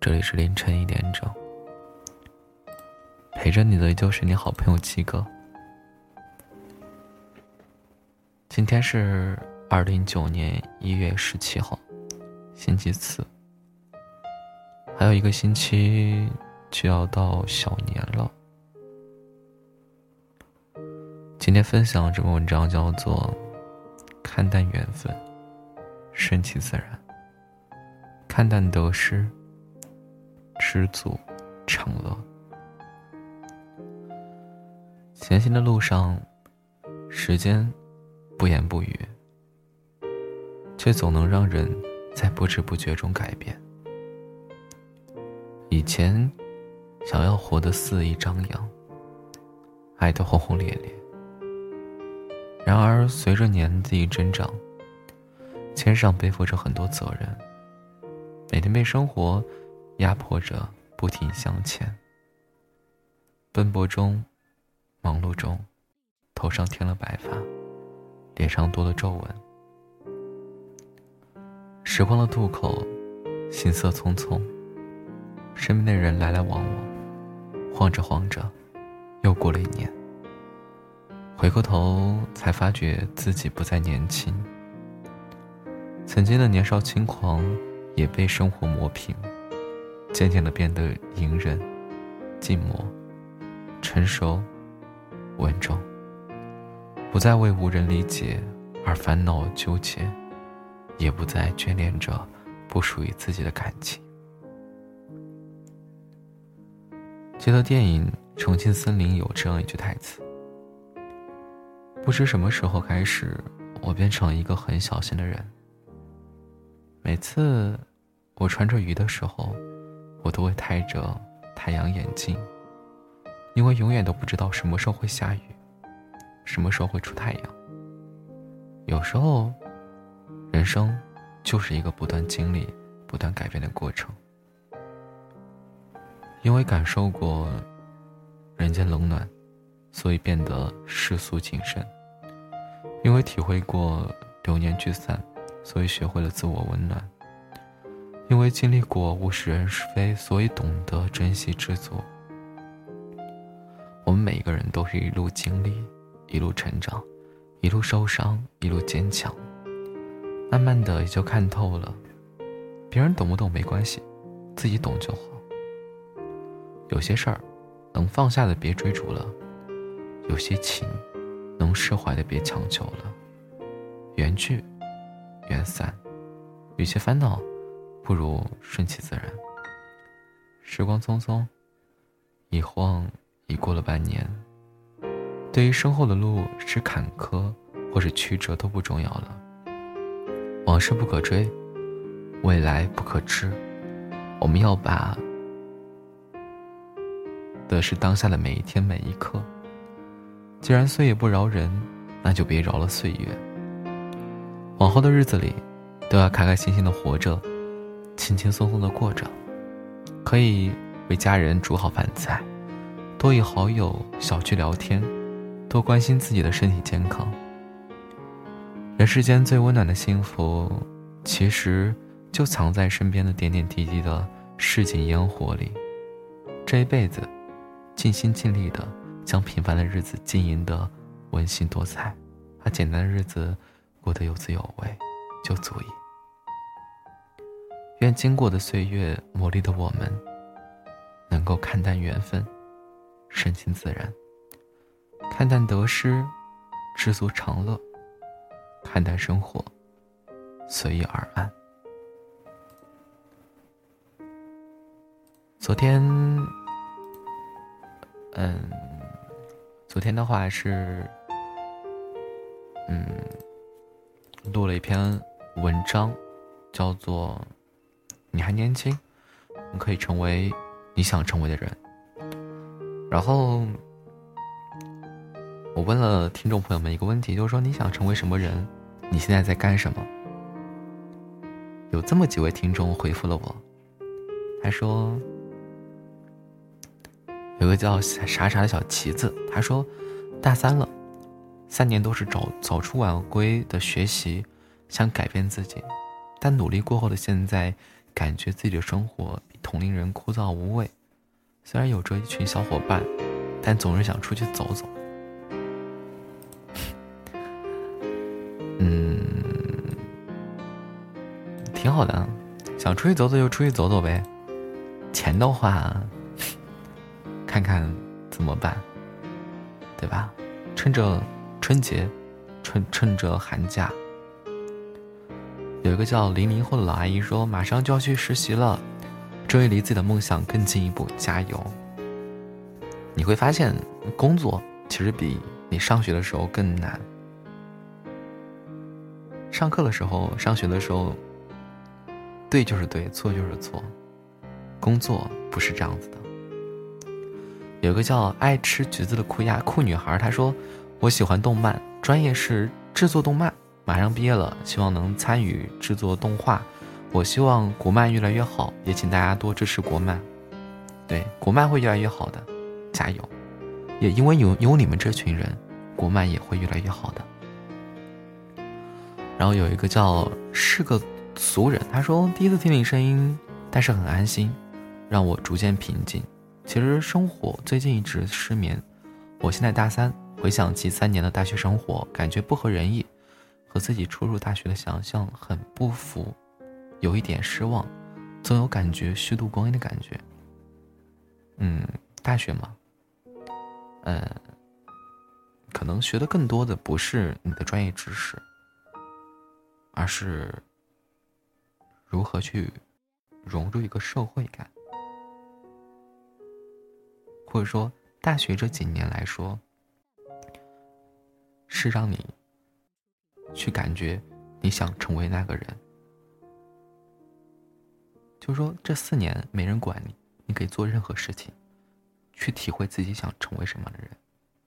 这里是凌晨1点整，陪着你的就是你好朋友七哥。今天是2019年1月17号，星期四，还有1个星期就要到小年了。今天分享这篇文章叫做看淡缘分，顺其自然，看淡得失，知足常乐。前行的路上，时间不言不语，却总能让人在不知不觉中改变。以前想要活得肆意张扬，爱得轰轰烈烈，然而随着年纪增长，肩上背负着很多责任，每天被生活压迫着不停向前，奔波中，忙碌中，头上添了白发，脸上多了皱纹。时光的渡口，行色匆匆，身边的人来来往往，晃着晃着，又过了1年。回过头才发觉自己不再年轻，曾经的年少轻狂也被生活磨平，渐渐地变得隐忍、静默、成熟、稳重，不再为无人理解而烦恼纠结，也不再眷恋着不属于自己的感情。记得电影《重庆森林》有这样一句台词：不知什么时候开始，我变成了一个很小心的人。每次我穿着雨的时候，我都会戴着太阳眼镜，因为永远都不知道什么时候会下雨，什么时候会出太阳。有时候人生就是一个不断经历、不断改变的过程。因为感受过人间冷暖，所以变得世俗谨慎；因为体会过流年聚散，所以学会了自我温暖；因为经历过物是人是非，所以懂得珍惜知足。我们每一个人都是一路经历，一路成长，一路受伤，一路坚强，慢慢的也就看透了，别人懂不懂没关系，自己懂就好。有些事儿能放下的别追逐了，有些情能释怀的别强求了。缘聚缘散，与其烦恼，不如顺其自然。时光匆匆，一晃已过了半年。对于身后的路是坎坷或是曲折都不重要了，往事不可追，未来不可知，我们要把的是当下的每一天每一刻。既然岁月不饶人，那就别饶了岁月。往后的日子里，都要开开心心的活着，轻轻松松的过着。可以为家人煮好饭菜，多与好友小聚聊天，多关心自己的身体健康。人世间最温暖的幸福，其实就藏在身边的点点滴滴的市井烟火里。这一辈子尽心尽力的将平凡的日子经营的温馨多彩，把简单的日子过得有滋有味，就足矣。愿经过的岁月磨砺的我们，能够看淡缘分，顺其自然，看淡得失，知足常乐，看淡生活，随遇而安。昨天的话是录了一篇文章，叫做你还年轻，你可以成为你想成为的人。然后我问了听众朋友们一个问题，就是说你想成为什么人，你现在在干什么。有这么几位听众回复了我，他说有个叫傻傻的小旗子，他说大3了，3年都是早出晚归的学习，想改变自己，但努力过后的现在，感觉自己的生活比同同龄人枯燥无味，虽然有着一群小伙伴，但总是想出去走走。挺好的，想出去走走就出去走走呗。钱的话，看看怎么办，对吧？趁着春节，趁着寒假。有一个叫00后的老阿姨说，马上就要去实习了，终于离自己的梦想更进一步，加油。你会发现工作其实比你上学的时候更难。上课的时候，上学的时候，对就是对，错就是错，工作不是这样子的。有个叫爱吃橘子的酷女孩，她说，我喜欢动漫，专业是制作动漫，马上毕业了，希望能参与制作动画。我希望国漫越来越好，也请大家多支持国漫。对，国漫会越来越好的，加油！也因为有你们这群人，国漫也会越来越好的。然后有一个叫是个俗人，他说，第一次听你声音，但是很安心，让我逐渐平静。其实生活最近一直失眠，我现在大3，回想起3年的大学生活，感觉不合人意，和自己初入大学的想象很不符，有一点失望，总有感觉虚度光阴的感觉。大学嘛，可能学的更多的不是你的专业知识，而是如何去融入一个社会感，或者说大学这几年来说，是让你去感觉你想成为那个人。就是说这4年没人管你，你可以做任何事情，去体会自己想成为什么的人。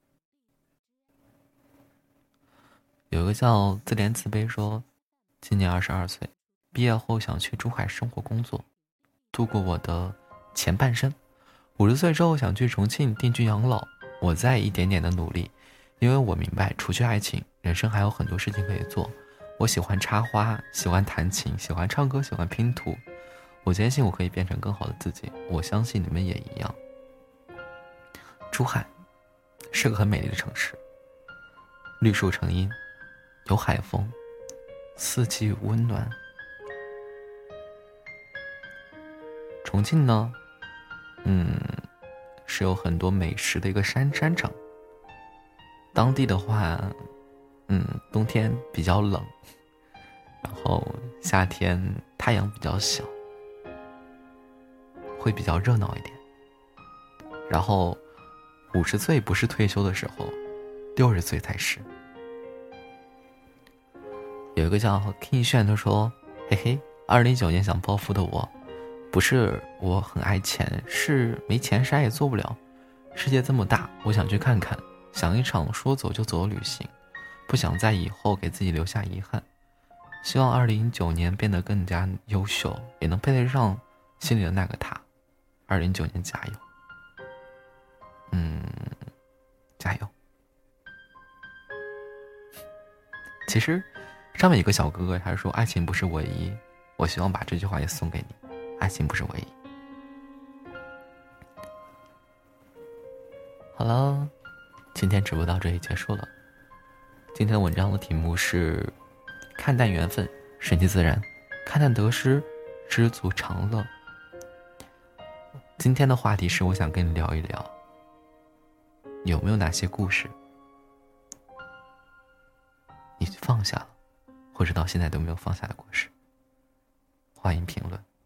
有一个叫自怜自卑说，今年22岁，毕业后想去珠海生活工作，度过我的前半生。50岁之后想去重庆定居养老，我在一点点的努力，因为我明白除去爱情，人生还有很多事情可以做。我喜欢插花，喜欢弹琴，喜欢唱歌，喜欢拼图。我坚信我可以变成更好的自己，我相信你们也一样。珠海是个很美丽的城市，绿树成荫，有海风，四季温暖。重庆呢，是有很多美食的一个山场。当地的话，冬天比较冷，然后夏天太阳比较小，会比较热闹一点。然后50岁不是退休的时候，60岁才是。有一个叫 King 炫的说，嘿嘿，2019年想暴富的我，不是我很爱钱，是没钱啥也做不了。世界这么大，我想去看看，想一场说走就走的旅行，不想在以后给自己留下遗憾。希望2019年变得更加优秀，也能配得上心里的那个他。2019年加油。加油。其实上面有个小哥哥，他说爱情不是唯一，我希望把这句话也送给你，爱情不是唯一。好了，今天直播到这里结束了。今天的文章的题目是看淡缘分，顺其自然，看淡得失，知足常乐。今天的话题是我想跟你聊一聊，有没有哪些故事你放下了，或者到现在都没有放下的故事，欢迎评论。